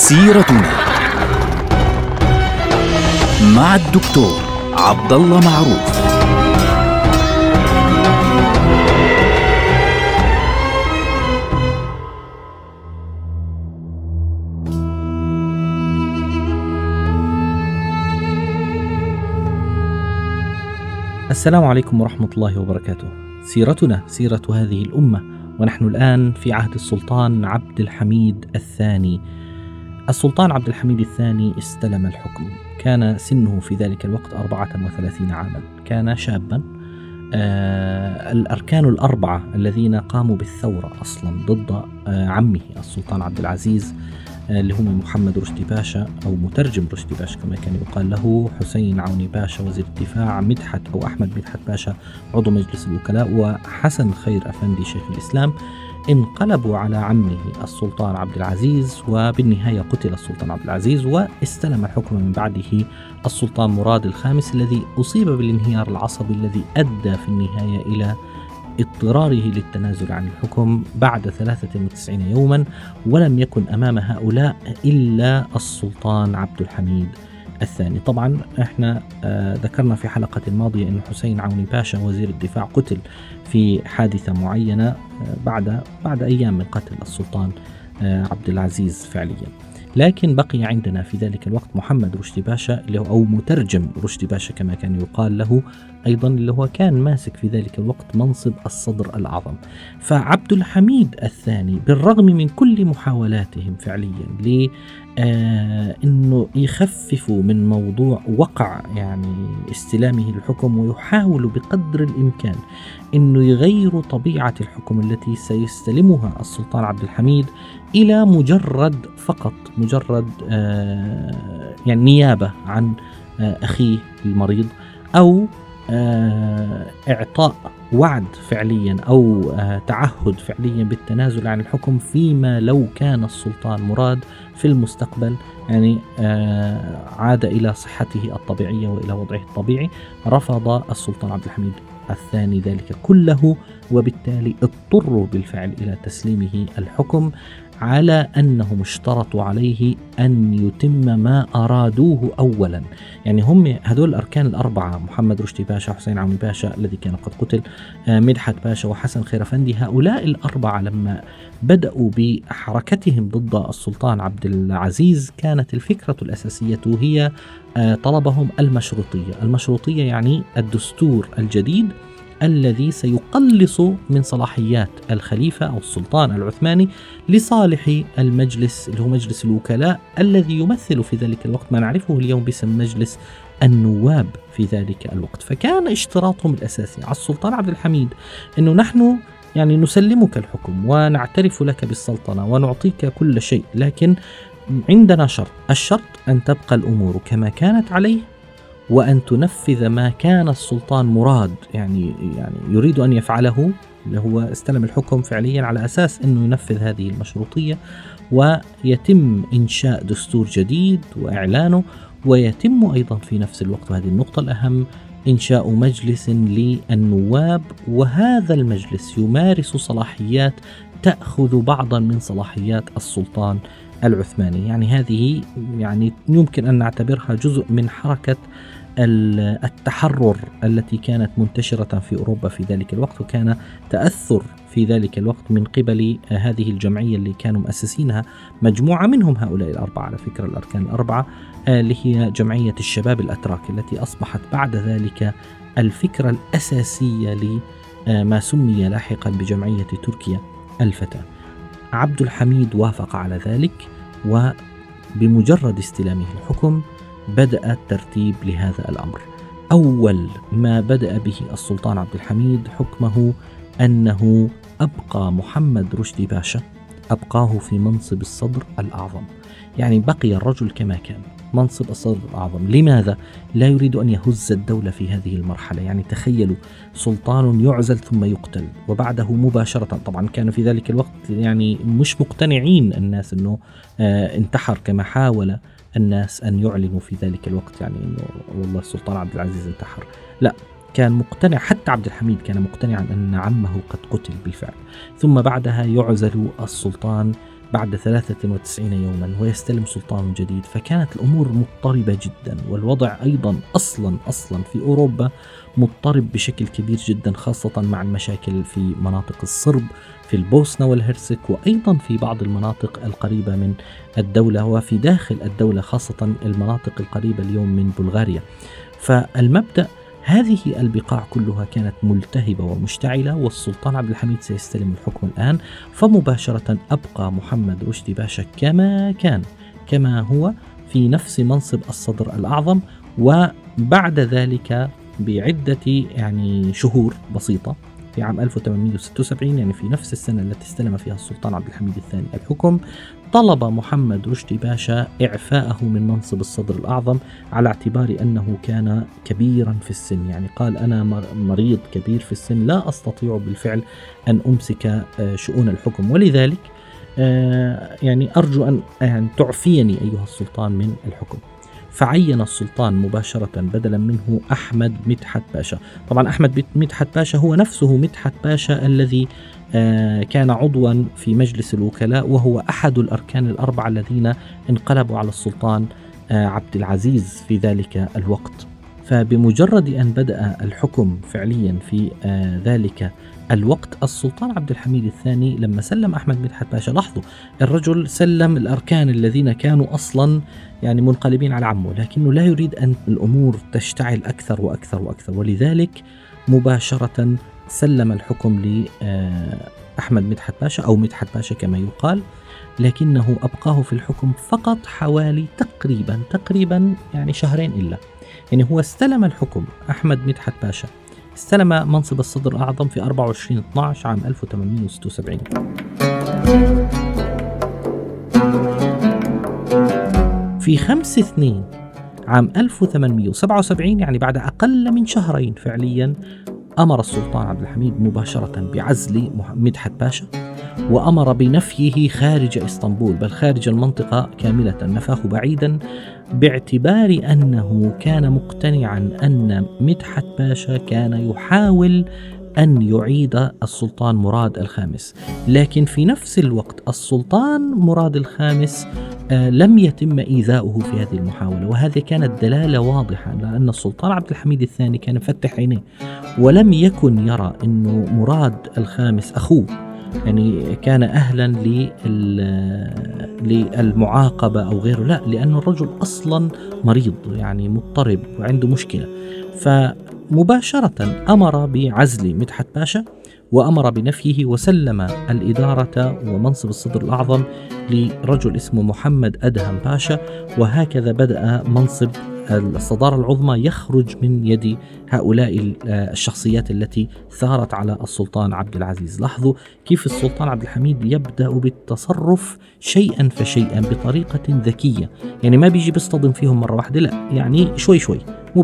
سيرتنا مع الدكتور عبد الله معروف. السلام عليكم ورحمة الله وبركاته. سيرتنا سيرة هذه الأمة، ونحن الآن في عهد السلطان عبد الحميد الثاني. السلطان عبد الحميد الثاني استلم الحكم، كان سنه في ذلك الوقت 34 عاما، كان شابا. الأركان الأربعة الذين قاموا بالثورة أصلا ضد عمه السلطان عبد العزيز، اللي هم محمد رشدي باشا أو مترجم رشدي باشا كما كان يقال له، حسين عوني باشا وزير الدفاع، مدحت أو أحمد مدحت باشا عضو مجلس الوكلاء، وحسن خير أفندي شيخ الإسلام، انقلبوا على عمه السلطان عبد العزيز، وبالنهاية قتل السلطان عبد العزيز، واستلم الحكم من بعده السلطان مراد الخامس الذي أصيب بالانهيار العصبي الذي أدى في النهاية إلى اضطراره للتنازل عن الحكم بعد 93 يوما، ولم يكن أمام هؤلاء إلا السلطان عبد الحميد الثاني. طبعا احنا ذكرنا في حلقة الماضية أن حسين عوني باشا وزير الدفاع قتل في حادثة معينة بعد أيام من قتل السلطان عبد العزيز فعليا. لكن بقي عندنا في ذلك الوقت محمد رشدي باشا اللي هو أو مترجم رشدي باشا كما كان يقال له أيضا، اللي هو كان ماسك في ذلك الوقت منصب الصدر الأعظم. فعبد الحميد الثاني بالرغم من كل محاولاتهم فعليا إنه يخففوا من موضوع وقع يعني استلامه الحكم، ويحاولوا بقدر الإمكان إنه يغيروا طبيعة الحكم التي سيستلمها السلطان عبد الحميد إلى مجرد يعني نيابة عن أخيه المريض، أو إعطاء وعد فعليا أو تعهد فعليا بالتنازل عن الحكم فيما لو كان السلطان مراد في المستقبل يعني عاد إلى صحته الطبيعية وإلى وضعه الطبيعي. رفض السلطان عبد الحميد الثاني ذلك كله، وبالتالي اضطروا بالفعل إلى تسليمه الحكم، على أنهم اشترطوا عليه أن يتم ما أرادوه أولا. يعني هم هذول الأركان الأربعة، محمد رشدي باشا، حسين عوني باشا الذي كان قد قتل، مدحت باشا، وحسن خير أفندي، هؤلاء الأربعة لما بدأوا بحركتهم ضد السلطان عبد العزيز كانت الفكرة الأساسية هي طلبهم المشروطية يعني الدستور الجديد الذي سيقلص من صلاحيات الخليفة أو السلطان العثماني لصالح المجلس اللي هو مجلس الوكلاء، الذي يمثل في ذلك الوقت ما نعرفه اليوم باسم مجلس النواب في ذلك الوقت. فكان اشتراطهم الأساسي على السلطان عبد الحميد أنه نحن يعني نسلمك الحكم ونعترف لك بالسلطنة ونعطيك كل شيء، لكن عندنا الشرط أن تبقى الأمور كما كانت عليه، وأن تنفذ ما كان السلطان مراد يعني يريد أن يفعله، اللي هو استلم الحكم فعليا على أساس أنه ينفذ هذه المشروطية، ويتم إنشاء دستور جديد وإعلانه، ويتم أيضا في نفس الوقت، وهذه النقطة الأهم، إنشاء مجلس للنواب، وهذا المجلس يمارس صلاحيات تأخذ بعضا من صلاحيات السلطان العثماني. يعني هذه يعني يمكن أن نعتبرها جزء من حركة التحرر التي كانت منتشرة في أوروبا في ذلك الوقت، وكان تأثر في ذلك الوقت من قبل هذه الجمعية اللي كانوا مؤسسينها مجموعة منهم هؤلاء الأربعة على فكرة، الأركان الأربعة، اللي هي جمعية الشباب الأتراك، التي أصبحت بعد ذلك الفكرة الأساسية لما سمي لاحقا بجمعية تركيا الفتاة. عبد الحميد وافق على ذلك، وبمجرد استلامه الحكم بدأ الترتيب لهذا الأمر. أول ما بدأ به السلطان عبد الحميد حكمه أنه أبقى محمد رشدي باشا، أبقاه في منصب الصدر الأعظم، يعني بقي الرجل كما كان منصب الصدر الأعظم. لماذا؟ لا يريد أن يهز الدولة في هذه المرحلة. يعني تخيلوا سلطان يعزل ثم يقتل وبعده مباشرة، طبعا كان في ذلك الوقت يعني مش مقتنعين الناس أنه انتحر كما حاول الناس أن يعلنوا في ذلك الوقت، يعني أنه والله السلطان عبد العزيز انتحر، لا، كان مقتنع، حتى عبد الحميد كان مقتنعا أن عمه قد قتل بالفعل. ثم بعدها يعزل السلطان بعد 93 يوما ويستلم سلطان جديد، فكانت الأمور مضطربة جدا، والوضع أيضا أصلا في أوروبا مضطرب بشكل كبير جدا، خاصة مع المشاكل في مناطق الصرب في البوسنة والهرسك، وأيضا في بعض المناطق القريبة من الدولة وفي داخل الدولة، خاصة المناطق القريبة اليوم من بلغاريا. فالمبدأ هذه البقاع كلها كانت ملتهبة ومشتعلة، والسلطان عبد الحميد سيستلم الحكم الآن، فمباشرة أبقى محمد رشدي باشا كما هو في نفس منصب الصدر الأعظم. وبعد ذلك بعدة شهور بسيطة في عام 1876، يعني في نفس السنة التي استلم فيها السلطان عبد الحميد الثاني الحكم، طلب محمد رشدي باشا إعفاءه من منصب الصدر الأعظم على اعتبار أنه كان كبيرا في السن. يعني قال: أنا مريض كبير في السن، لا أستطيع بالفعل أن أمسك شؤون الحكم، ولذلك أرجو أن تعفيني أيها السلطان من الحكم. فعين السلطان مباشرة بدلا منه أحمد مدحت باشا. طبعا أحمد مدحت باشا هو نفسه مدحت باشا الذي كان عضوا في مجلس الوكلاء، وهو أحد الأركان الأربعة الذين انقلبوا على السلطان عبد العزيز في ذلك الوقت. فبمجرد أن بدأ الحكم فعليا في ذلك الوقت، السلطان عبد الحميد الثاني لما سلم أحمد مدحت باشا، لاحظوا الرجل سلم الأركان الذين كانوا أصلا منقلبين على عمه، لكنه لا يريد أن الأمور تشتعل أكثر وأكثر وأكثر، ولذلك مباشرة سلم الحكم لأحمد مدحت باشا أو مدحت باشا كما يقال، لكنه أبقاه في الحكم فقط حوالي تقريبا شهرين إلا. هو استلم الحكم، أحمد مدحت باشا استلم منصب الصدر الأعظم في 24/12 عام 1876. في 5/2 عام 1877، بعد أقل من شهرين فعليا، أمر السلطان عبد الحميد مباشرة بعزل مدحت باشا، وأمر بنفيه خارج إسطنبول، بل خارج المنطقة كاملة، نفاه بعيدا، باعتبار أنه كان مقتنعا أن مدحت باشا كان يحاول أن يعيد السلطان مراد الخامس. لكن في نفس الوقت السلطان مراد الخامس لم يتم إيذاؤه في هذه المحاولة، وهذه كانت دلالة واضحة لأن السلطان عبد الحميد الثاني كان مفتح عينيه، ولم يكن يرى أنه مراد الخامس أخوه كان أهلا للمعاقبة أو غيره، لا، لأن الرجل أصلا مريض مضطرب وعنده مشكلة. فمباشرة أمر بعزل مدحت باشا وأمر بنفيه، وسلم الإدارة ومنصب الصدر الأعظم لرجل اسمه محمد أدهم باشا، وهكذا بدأ منصب الصدارة العظمى يخرج من يد هؤلاء الشخصيات التي ثارت على السلطان عبد العزيز. لاحظوا كيف السلطان عبد الحميد يبدأ بالتصرف شيئا فشيئا بطريقة ذكية، ما بيجي بيصطدم فيهم مرة واحدة، لا، شوي شوي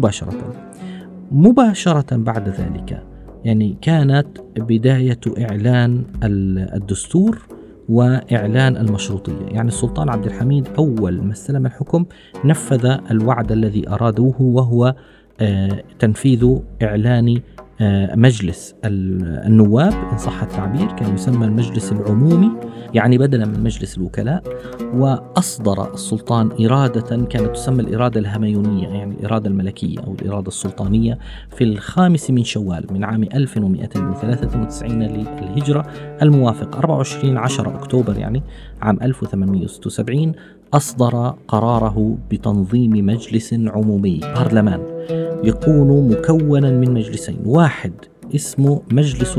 مباشرة بعد ذلك كانت بداية إعلان الدستور وإعلان المشروطية. السلطان عبد الحميد أول ما استلم الحكم نفذ الوعد الذي أرادوه، وهو تنفيذ إعلان مجلس النواب إن صح التعبير، كان يسمى المجلس العمومي بدلا من مجلس الوكلاء. وأصدر السلطان إرادة كانت تسمى الإرادة الهميونية، الإرادة الملكية أو الإرادة السلطانية، في 5 من شوال من عام 1293 للهجرة، الموافق 24 أكتوبر عام 1876. أصدر قراره بتنظيم مجلس عمومي برلمان يكون مكونا من مجلسين، واحد اسمه مجلس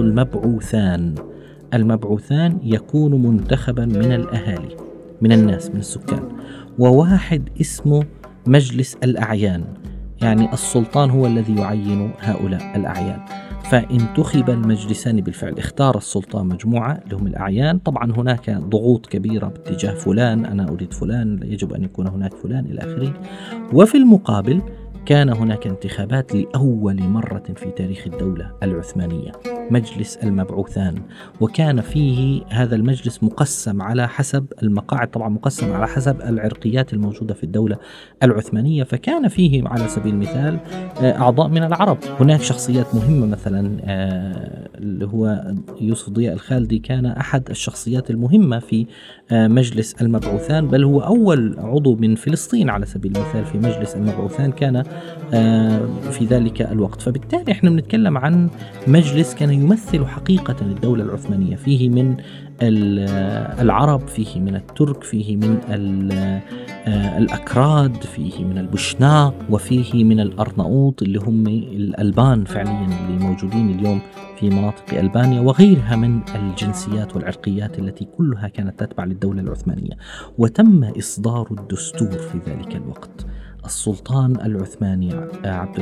المبعوثان يكون منتخبا من الأهالي، من الناس، من السكان، وواحد اسمه مجلس الأعيان، السلطان هو الذي يعين هؤلاء الأعيان. فانتخب المجلسان بالفعل، اختار السلطان مجموعة لهم الأعيان. طبعا هناك ضغوط كبيرة باتجاه فلان، أنا أريد فلان، يجب أن يكون هناك فلان إلى آخره. وفي المقابل كان هناك انتخابات لأول مرة في تاريخ الدولة العثمانية، مجلس المبعوثان، وكان فيه هذا المجلس مقسم على حسب المقاعد، طبعا مقسم على حسب العرقيات الموجودة في الدولة العثمانية. فكان فيه على سبيل المثال أعضاء من العرب. هناك شخصيات مهمة مثلا اللي هو يوسف ضياء الخالدي كان أحد الشخصيات المهمة في مجلس المبعوثان، بل هو أول عضو من فلسطين على سبيل المثال في مجلس المبعوثان كان في ذلك الوقت. فبالتالي احنا بنتكلم عن مجلس كان يمثل حقيقة الدولة العثمانية، فيه من العرب، فيه من الترك، فيه من الأكراد، فيه من البوشناق، وفيه من الأرناؤوط اللي هم الألبان فعليا اللي موجودين اليوم في مناطق ألبانيا، وغيرها من الجنسيات والعرقيات التي كلها كانت تتبع للدولة العثمانية. وتم إصدار الدستور في ذلك الوقت. السلطان العثماني عبد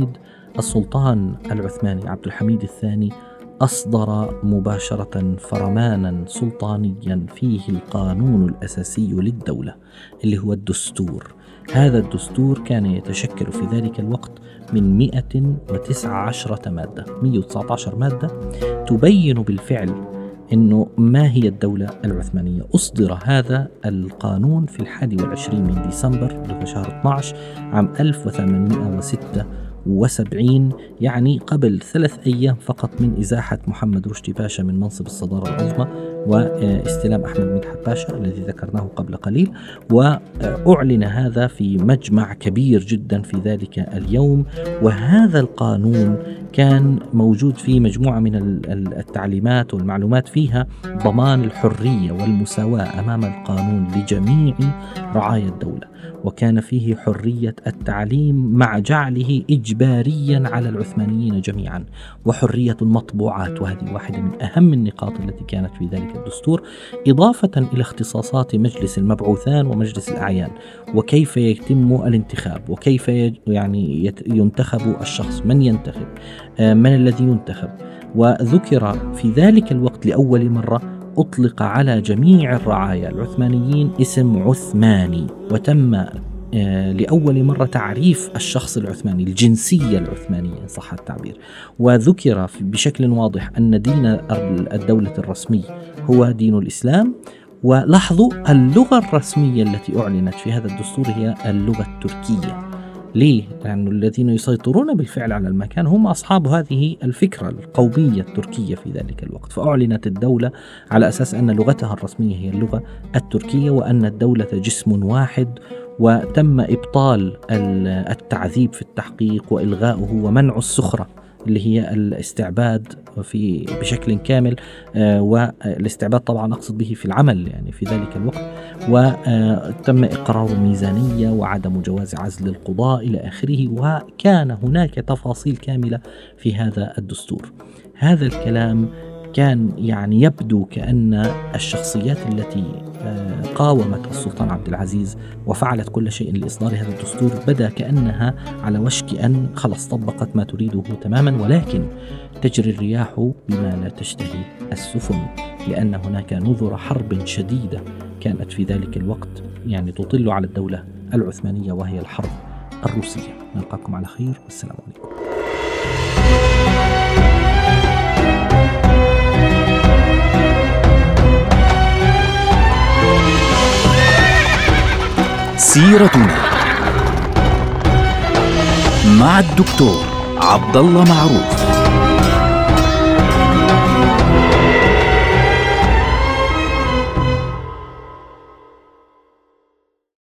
الحميد الثاني أصدر مباشرة فرمانا سلطانيا فيه القانون الأساسي للدولة اللي هو الدستور. هذا الدستور كان يتشكل في ذلك الوقت من 119 مادة، 119 مادة تبين بالفعل أنه ما هي الدولة العثمانية. أصدر هذا القانون في 21 من ديسمبر اللي هو شهر 12 عام 1876، يعني قبل 3 أيام فقط من إزاحة محمد رشدي باشا من منصب الصدارة العظمى واستلام أحمد مدحت باشا الذي ذكرناه قبل قليل. وأعلن هذا في مجمع كبير جدا في ذلك اليوم. وهذا القانون كان موجود فيه مجموعة من التعليمات والمعلومات فيها ضمان الحرية والمساواة أمام القانون لجميع رعايا الدولة، وكان فيه حرية التعليم مع جعله إجباريا على العثمانيين جميعا، وحرية المطبوعات، وهذه واحدة من أهم النقاط التي كانت في ذلك الدستور، إضافة إلى اختصاصات مجلس المبعوثان ومجلس الأعيان، وكيف يتم الانتخاب، وكيف يعني ينتخب الشخص، من ينتخب، من الذي ينتخب. وذكر في ذلك الوقت لأول مرة أطلق على جميع الرعايا العثمانيين اسم عثماني، وتم لأول مرة تعريف الشخص العثماني، الجنسية العثمانية إن صح التعبير. وذكر بشكل واضح أن دين الدولة الرسمي هو دين الإسلام. ولاحظوا اللغة الرسمية التي أعلنت في هذا الدستور هي اللغة التركية. ليه؟ لأن الذين يسيطرون بالفعل على المكان هم أصحاب هذه الفكرة القومية التركية في ذلك الوقت. فأعلنت الدولة على أساس أن لغتها الرسمية هي اللغة التركية، وأن الدولة جسم واحد. وتم إبطال التعذيب في التحقيق وإلغاؤه ومنع السخرة اللي هي الاستعباد بشكل كامل، والاستعباد طبعا أقصد به في العمل يعني في ذلك الوقت. وتم إقرار الميزانية وعدم جواز عزل القضاء إلى آخره. وكان هناك تفاصيل كاملة في هذا الدستور. هذا الكلام كان يعني يبدو كأن الشخصيات التي قاومت السلطان عبد العزيز وفعلت كل شيء لإصدار هذا الدستور بدا كأنها على وشك أن خلص طبقت ما تريده تماما، ولكن تجري الرياح بما لا تشتهي السفن، لأن هناك نذر حرب شديدة كانت في ذلك الوقت يعني تطل على الدولة العثمانية، وهي الحرب الروسية. نلقاكم على خير، والسلام عليكم. سيرتنا مع الدكتور عبد الله معروف.